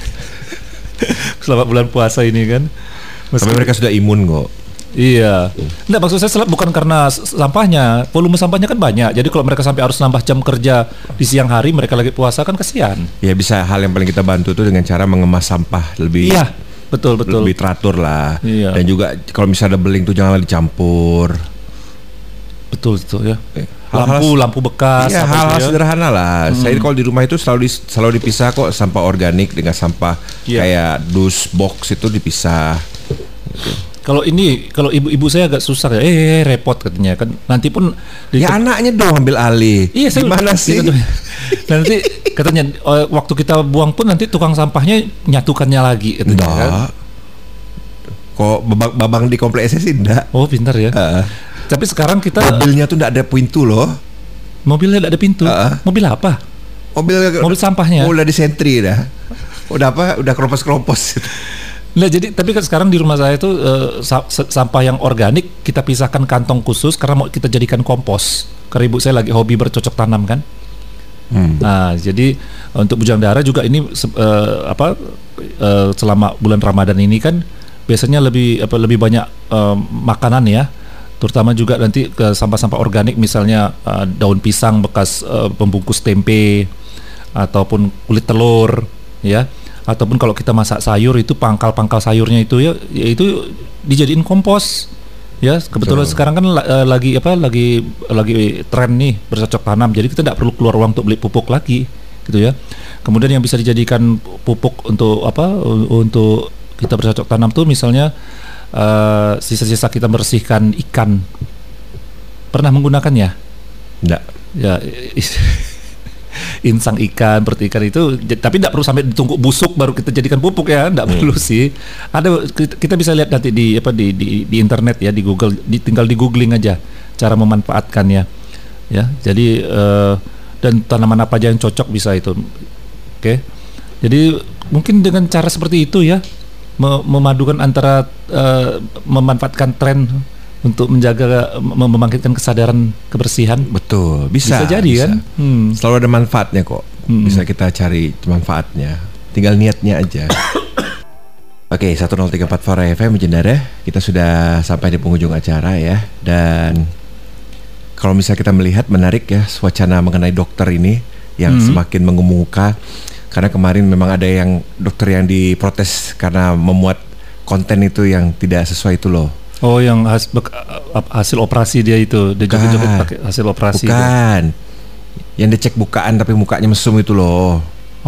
selama bulan puasa ini kan. Meski, tapi mereka sudah imun kok. Iya. Nggak, maksud saya selap bukan karena sampahnya, volume sampahnya kan banyak. Jadi kalau mereka sampai harus nambah jam kerja di siang hari, mereka lagi puasa kan kesian. Ya bisa, hal yang paling kita bantu tuh dengan cara mengemas sampah lebih. Iya, betul betul. Lebih teratur lah. Iya. Dan juga kalau misalnya ada beling tuh janganlah dicampur. Betul betul ya. Hal-hal, lampu lampu bekas. Iya, hal-hal ya? sederhana lah. Hmm. Saya kalau di rumah itu selalu di, selalu dipisah kok sampah organik dengan sampah yeah. kayak dus box itu dipisah. Gitu. Kalau ini, kalau ibu-ibu saya agak susah ya, eh repot katanya kan. Nanti pun ya anaknya dong ambil alih. Iya, saya gimana sih? Gitu, nanti katanya waktu kita buang pun nanti tukang sampahnya nyatukannya lagi. Katanya, kan? Kok babang, babang di kompleks sih enggak? Oh pintar ya. Uh, Tapi sekarang kita mobilnya tuh enggak ada pintu loh. Mobilnya enggak ada pintu. Uh, Mobil apa? Mobil mobil sampahnya. Oh, udah di sentri dah. Udah apa? Udah keropos-keropos. Nah jadi tapi kan sekarang di rumah saya itu uh, sampah yang organik kita pisahkan kantong khusus karena mau kita jadikan kompos. Karena ibu saya lagi hobi bercocok tanam kan. Hmm. Nah jadi untuk bujang dara juga ini uh, apa uh, selama bulan Ramadan ini kan biasanya lebih apa lebih banyak uh, makanan ya. Terutama juga nanti ke sampah-sampah organik misalnya uh, daun pisang bekas uh, pembungkus tempe ataupun kulit telur ya. Ataupun kalau kita masak sayur itu pangkal-pangkal sayurnya itu ya, ya itu dijadiin kompos ya. Kebetulan so. sekarang kan uh, lagi apa lagi lagi tren nih bercocok tanam, jadi kita tidak perlu keluar uang untuk beli pupuk lagi gitu ya. Kemudian yang bisa dijadikan pupuk untuk apa untuk kita bercocok tanam tuh misalnya uh, sisa-sisa kita bersihkan ikan. Pernah menggunakannya? Enggak. Ya insang ikan, perut ikan itu, tapi tidak perlu sampai ditunggu busuk baru kita jadikan pupuk ya, tidak hmm. perlu sih. Ada kita bisa lihat nanti di apa di di, di internet ya, di Google, di, tinggal di googling aja cara memanfaatkannya, ya. Jadi uh, dan tanaman apa aja yang cocok bisa itu, oke. Okay? Jadi mungkin dengan cara seperti itu ya, memadukan antara uh, memanfaatkan tren untuk menjaga, membangkitkan kesadaran kebersihan. Betul, bisa. Bisa jadi bisa. Kan? Hmm. Selalu ada manfaatnya kok. Hmm. Bisa kita cari manfaatnya. Tinggal niatnya aja. Oke, seratus tiga empat Fara F M Jendara, kita sudah sampai di penghujung acara ya. Dan kalau misalnya kita melihat menarik ya suasana mengenai dokter ini yang hmm. semakin mengemuka. Karena kemarin memang ada yang dokter yang diprotes karena memuat konten itu yang tidak sesuai itu loh. Oh, yang has, bek, hasil operasi dia itu, dia joget-joget pakai hasil operasi. Bukan. Itu. Yang dicek bukaan tapi mukanya mesum itu loh.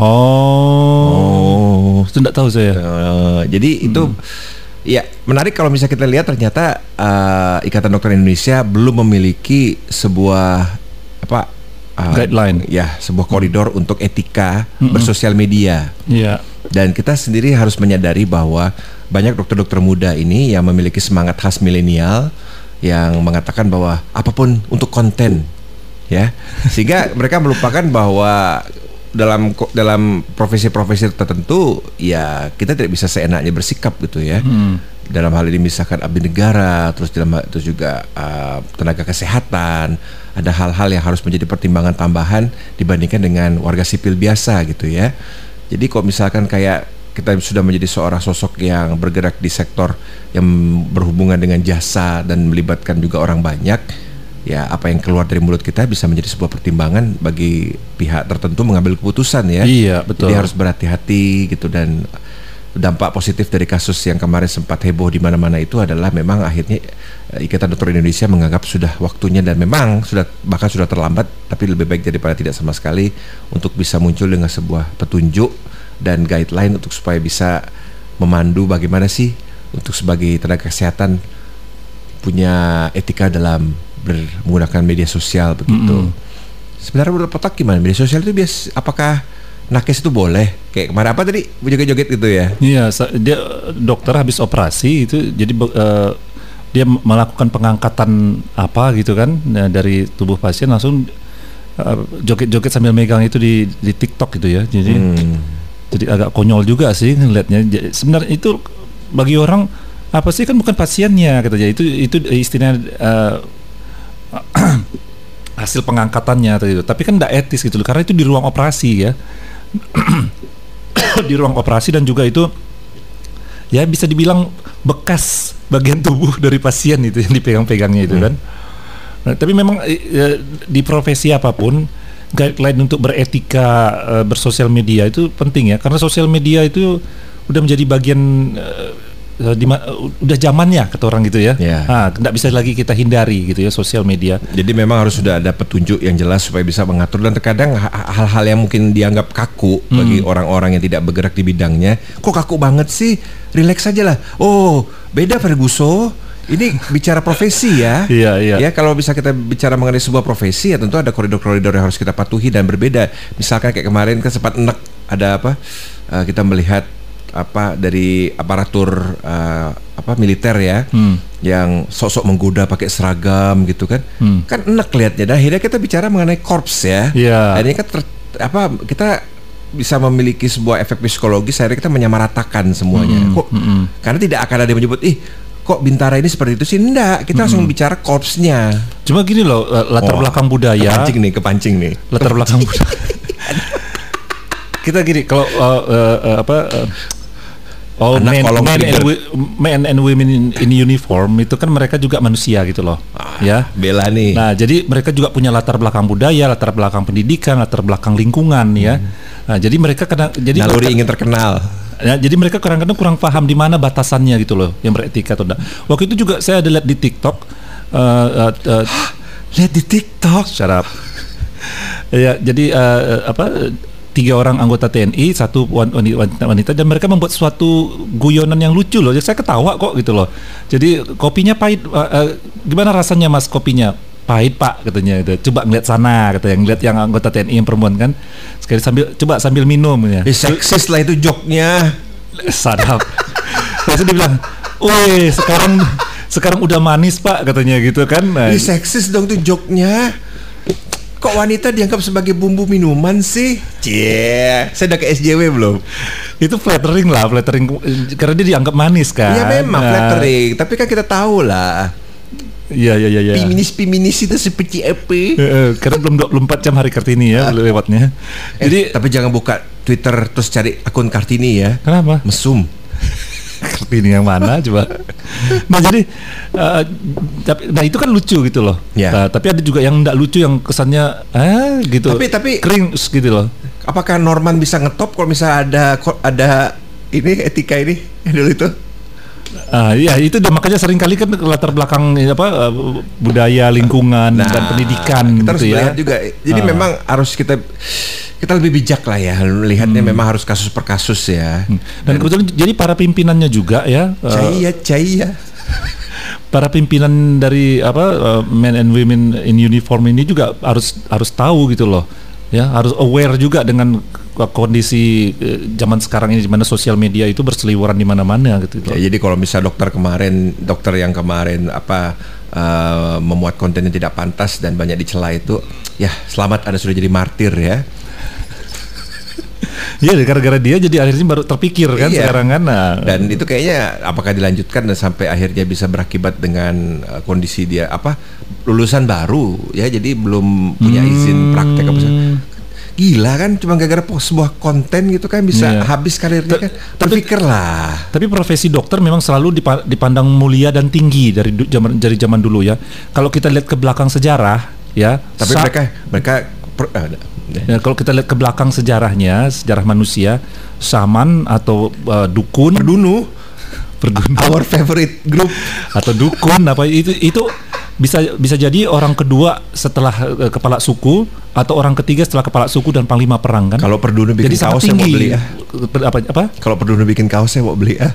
Oh. Oh. Itu enggak tahu saya. Uh, jadi hmm. itu ya menarik kalau misalnya kita lihat ternyata uh, Ikatan Dokter Indonesia belum memiliki sebuah apa uh, guideline. Ya, sebuah koridor hmm. untuk etika hmm. bersosial media. Iya. Dan kita sendiri harus menyadari bahwa banyak dokter-dokter muda ini yang memiliki semangat khas milenial yang mengatakan bahwa apapun untuk konten, ya, sehingga mereka melupakan bahwa dalam dalam profesi-profesi tertentu ya kita tidak bisa seenaknya bersikap gitu ya. Hmm. Dalam hal ini misalkan abdi negara, terus dalam itu juga uh, tenaga kesehatan, ada hal-hal yang harus menjadi pertimbangan tambahan dibandingkan dengan warga sipil biasa gitu ya. Jadi kalau misalkan kayak kita sudah menjadi seorang sosok yang bergerak di sektor yang berhubungan dengan jasa dan melibatkan juga orang banyak, ya apa yang keluar dari mulut kita bisa menjadi sebuah pertimbangan bagi pihak tertentu mengambil keputusan ya. Iya, betul. Jadi harus berhati-hati gitu. Dan dampak positif dari kasus yang kemarin sempat heboh di mana-mana itu adalah memang akhirnya Ikatan Dokter Indonesia menganggap sudah waktunya dan memang sudah bahkan sudah terlambat, tapi lebih baik daripada tidak sama sekali untuk bisa muncul dengan sebuah petunjuk dan guideline untuk supaya bisa memandu bagaimana sih untuk sebagai tenaga kesehatan punya etika dalam ber- menggunakan media sosial begitu. Mm-hmm. Sebenarnya menurut Potak gimana media sosial itu bias apakah nakes itu boleh? Kayak kemarin apa tadi joget-joget gitu ya? Iya, dia dokter habis operasi itu jadi uh, dia melakukan pengangkatan apa gitu kan dari tubuh pasien langsung uh, joget-joget sambil megang itu di di TikTok gitu ya. Jadi hmm. Jadi agak konyol juga sih ngelihatnya. J- Sebenarnya itu bagi orang apa sih, kan bukan pasiennya katanya. Itu itu istilah uh, hasil pengangkatannya atau itu. Tapi kan tidak etis gitu loh, karena itu di ruang operasi ya. Di ruang operasi, dan juga itu ya bisa dibilang bekas bagian tubuh dari pasien itu yang dipegang-pegangnya itu kan. Nah, tapi memang e, di profesi apapun guideline untuk beretika e, bersosial media itu penting ya, karena sosial media itu udah menjadi bagian e, di, udah zamannya kata orang gitu ya. Yeah. Nah, tidak bisa lagi kita hindari gitu ya sosial media. Jadi memang harus sudah ada petunjuk yang jelas supaya bisa mengatur, dan terkadang hal-hal yang mungkin dianggap kaku hmm. bagi orang-orang yang tidak bergerak di bidangnya, kok kaku banget sih? Relax aja lah. Oh, beda Ferguso. Ini bicara profesi ya. Iya, iya. Ya, kalau bisa kita bicara mengenai sebuah profesi ya tentu ada koridor-koridor yang harus kita patuhi dan berbeda. Misalkan kayak kemarin kan sempat enek ada apa? Uh, kita melihat apa dari aparatur uh, apa militer ya, hmm. yang sok-sok menggoda pakai seragam gitu kan, hmm. kan enak lihatnya. Dan akhirnya kita bicara mengenai korps ya. Yeah. Dan ini kan ter, apa kita bisa memiliki sebuah efek psikologis. Akhirnya kita menyamaratakan semuanya. Hmm. Kok hmm. karena tidak akan ada yang menyebut ih kok Bintara ini seperti itu sih, enggak. Kita hmm. langsung bicara korpsnya. Cuma gini loh, latar oh, belakang budaya. Kepancing nih, kepancing nih. Latar kepancing. belakang budaya. Kita gini kalau uh, uh, uh, apa uh, all men, men, and we, men and women in, in uniform itu kan mereka juga manusia gitu loh, ah, ya. Bela nih. Nah, jadi mereka juga punya latar belakang budaya, latar belakang pendidikan, latar belakang lingkungan, hmm. ya. Nah, jadi mereka kadang jadi naluri ingin terkenal. Ya, jadi mereka kadang-kadang kurang paham di mana batasannya gitu loh, yang beretika atau enggak. Waktu itu juga saya ada lihat di TikTok, uh, uh, uh, lihat di TikTok. Shut up. Ya, jadi uh, apa? Tiga orang anggota T N I, satu wanita, dan mereka membuat suatu guyonan yang lucu loh. Jadi saya ketawa kok gitu loh. Jadi kopinya pahit, uh, uh, gimana rasanya mas kopinya? Pahit pak katanya. Gitu. Coba ngeliat sana kata yang ngeliat yang anggota T N I yang perempuan kan. Sekali sambil coba sambil minum ya. Eh, seksis lah itu joknya. Sadap. Terus dia bilang, woi sekarang sekarang udah manis pak katanya gitu kan. Nah, ini seksis dong tuh joknya. Kok wanita dianggap sebagai bumbu minuman sih? Cie, saya udah ke S J W belum? Itu flattering lah, flattering karena dia dianggap manis kan. Iya memang nah. flattering, tapi kan kita tahu lah. Iya iya iya. Feminis-feminis itu seperti apa? Karena belum dua puluh empat jam hari Kartini ya lewatnya. Eh, Jadi tapi jangan buka Twitter terus cari akun Kartini ya. Kenapa? Mesum. Kartini yang mana coba? Nah jadi, uh, tapi, nah itu kan lucu gitu loh. Ya. Uh, tapi ada juga yang enggak lucu, yang kesannya ah gitu. Tapi tapi cringe gitu loh. Apakah Norman bisa ngetop kalau misalnya ada ada ini etika ini yang dulu itu? Ah iya itu dia, makanya sering kali kan latar belakang apa uh, budaya, lingkungan, nah, dan pendidikan kita harus gitu melihat ya. juga. Jadi uh. memang harus kita kita lebih bijak lah ya, melihatnya hmm. memang harus kasus per kasus ya. Hmm. Dan, dan kebetulan jadi para pimpinannya juga ya. Caya, uh, caya. Para pimpinan dari apa uh, men and women in uniform ini juga harus harus tahu gitu loh. Ya, harus aware juga dengan kondisi uh, zaman sekarang ini di mana sosial media itu berseliweran di mana-mana gitu. Ya, jadi kalau misalnya dokter kemarin, dokter yang kemarin apa uh, memuat konten yang tidak pantas dan banyak dicela itu, ya selamat Anda sudah jadi martir ya. Iya, gara-gara dia jadi akhirnya baru terpikir kan iya. sekarang kan. Nah. Dan itu kayaknya apakah dilanjutkan dan sampai akhirnya bisa berakibat dengan uh, kondisi dia apa lulusan baru ya, jadi belum punya izin hmm. praktek apa sih. Gila kan, cuma gara-gara post sebuah konten gitu kan bisa yeah. habis karirnya kan. Terpikir lah. Tapi profesi dokter memang selalu dipandang mulia dan tinggi dari zaman dari zaman dulu ya. Kalau kita lihat ke belakang sejarah ya. Tapi sa- mereka mereka per, uh, Ya, kalau kita lihat ke belakang sejarahnya, sejarah manusia, shaman atau uh, dukun, perdunu, perdunu, our favorite group, atau dukun apa itu itu bisa bisa jadi orang kedua setelah uh, kepala suku atau orang ketiga setelah kepala suku dan panglima perang kan. Kalau perdunu bikin jadi kaos saya mau beli ya. Apa apa? Kalau perdunu bikin kaos saya mau beli ya.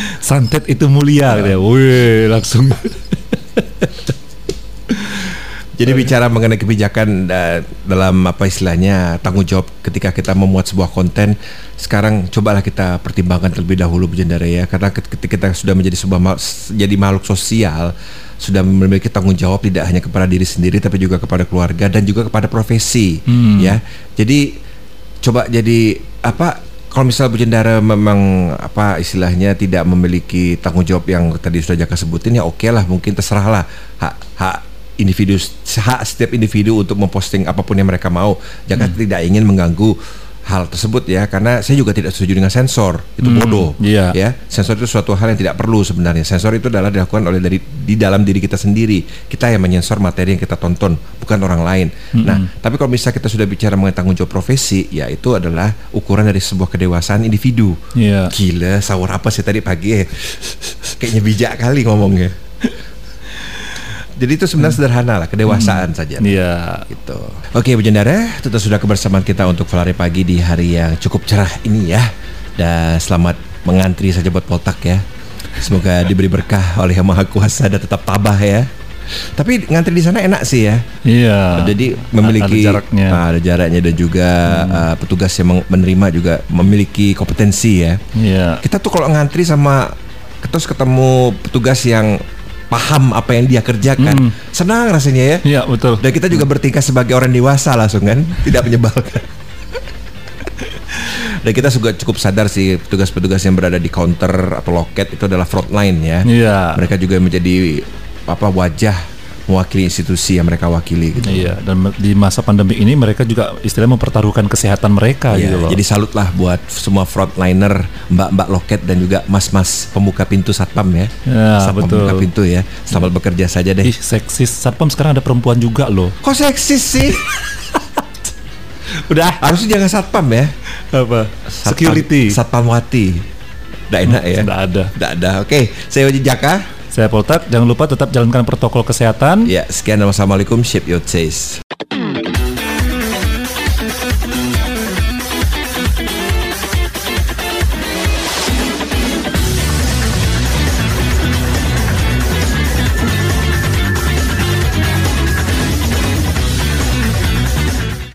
Santet itu mulia, ya. Wih langsung. Jadi bicara mengenai kebijakan uh, dalam apa istilahnya tanggung jawab ketika kita memuat sebuah konten, sekarang cobalah kita pertimbangkan terlebih dahulu Bu Jendara ya, karena ketika kita sudah menjadi sebuah ma- jadi makhluk sosial, sudah memiliki tanggung jawab tidak hanya kepada diri sendiri tapi juga kepada keluarga dan juga kepada profesi hmm. ya. Jadi coba jadi apa kalau misal Bu Jendara memang apa istilahnya tidak memiliki tanggung jawab yang tadi sudah Jaka sebutin ya oke okay lah, mungkin terserahlah hak hak individu, hak setiap individu untuk memposting apapun yang mereka mau. Jaka hmm. tidak ingin mengganggu hal tersebut ya, karena saya juga tidak setuju dengan sensor, itu hmm, bodoh yeah. ya. Sensor itu suatu hal yang tidak perlu sebenarnya. Sensor itu adalah dilakukan oleh dari di dalam diri kita sendiri. Kita yang menyensor materi yang kita tonton, bukan orang lain. Hmm. Nah, tapi kalau misalnya kita sudah bicara mengenai tanggung jawab profesi, ya itu adalah ukuran dari sebuah kedewasaan individu. Yeah. Gila, sahur apa sih tadi pagi ya? Kayaknya bijak kali ngomongnya. Jadi itu sebenarnya hmm. sederhana lah, kedewasaan hmm. saja. Iya. Gitu. Oke Bu Jendara, itu sudah kebersamaan kita untuk Volare Pagi di hari yang cukup cerah ini ya. Dan selamat mengantri saja buat Poltak ya. Semoga diberi berkah oleh Yang Maha Kuasa dan tetap tabah ya. Tapi ngantri di sana enak sih ya. Iya. Jadi memiliki ada jaraknya, nah, ada jaraknya dan juga hmm. uh, petugas yang menerima juga memiliki kompetensi ya. Iya. Kita tuh kalau ngantri sama terus ketemu petugas yang paham apa yang dia kerjakan, hmm. senang rasanya ya. Iya betul. Dan kita juga bertingkah sebagai orang dewasa langsung kan, tidak menyebalkan. Dan kita juga cukup sadar sih petugas-petugas yang berada di counter atau loket itu adalah frontline ya. Iya. Mereka juga menjadi apa wajah mewakili institusi yang mereka wakili gitu. Iya, dan di masa pandemi ini mereka juga istilahnya mempertaruhkan kesehatan mereka iya, gitu loh. Jadi salut lah buat semua frontliner, mbak-mbak loket dan juga mas-mas pembuka pintu satpam ya. Ya satpam betul. Pembuka pintu ya. Selamat ya. bekerja saja deh. Ih, seksis. Satpam sekarang ada perempuan juga loh. Kok seksis sih? Udah. Harusnya jangan satpam ya. Apa? Satpam, security. Satpamwati. Nggak enak ya. Nggak ada. Nggak ada. Oke, saya Wajid Jaka. Saya Poltak, jangan lupa tetap jalankan protokol kesehatan. Ya, sekian. Wassalamualaikum. Shape your taste.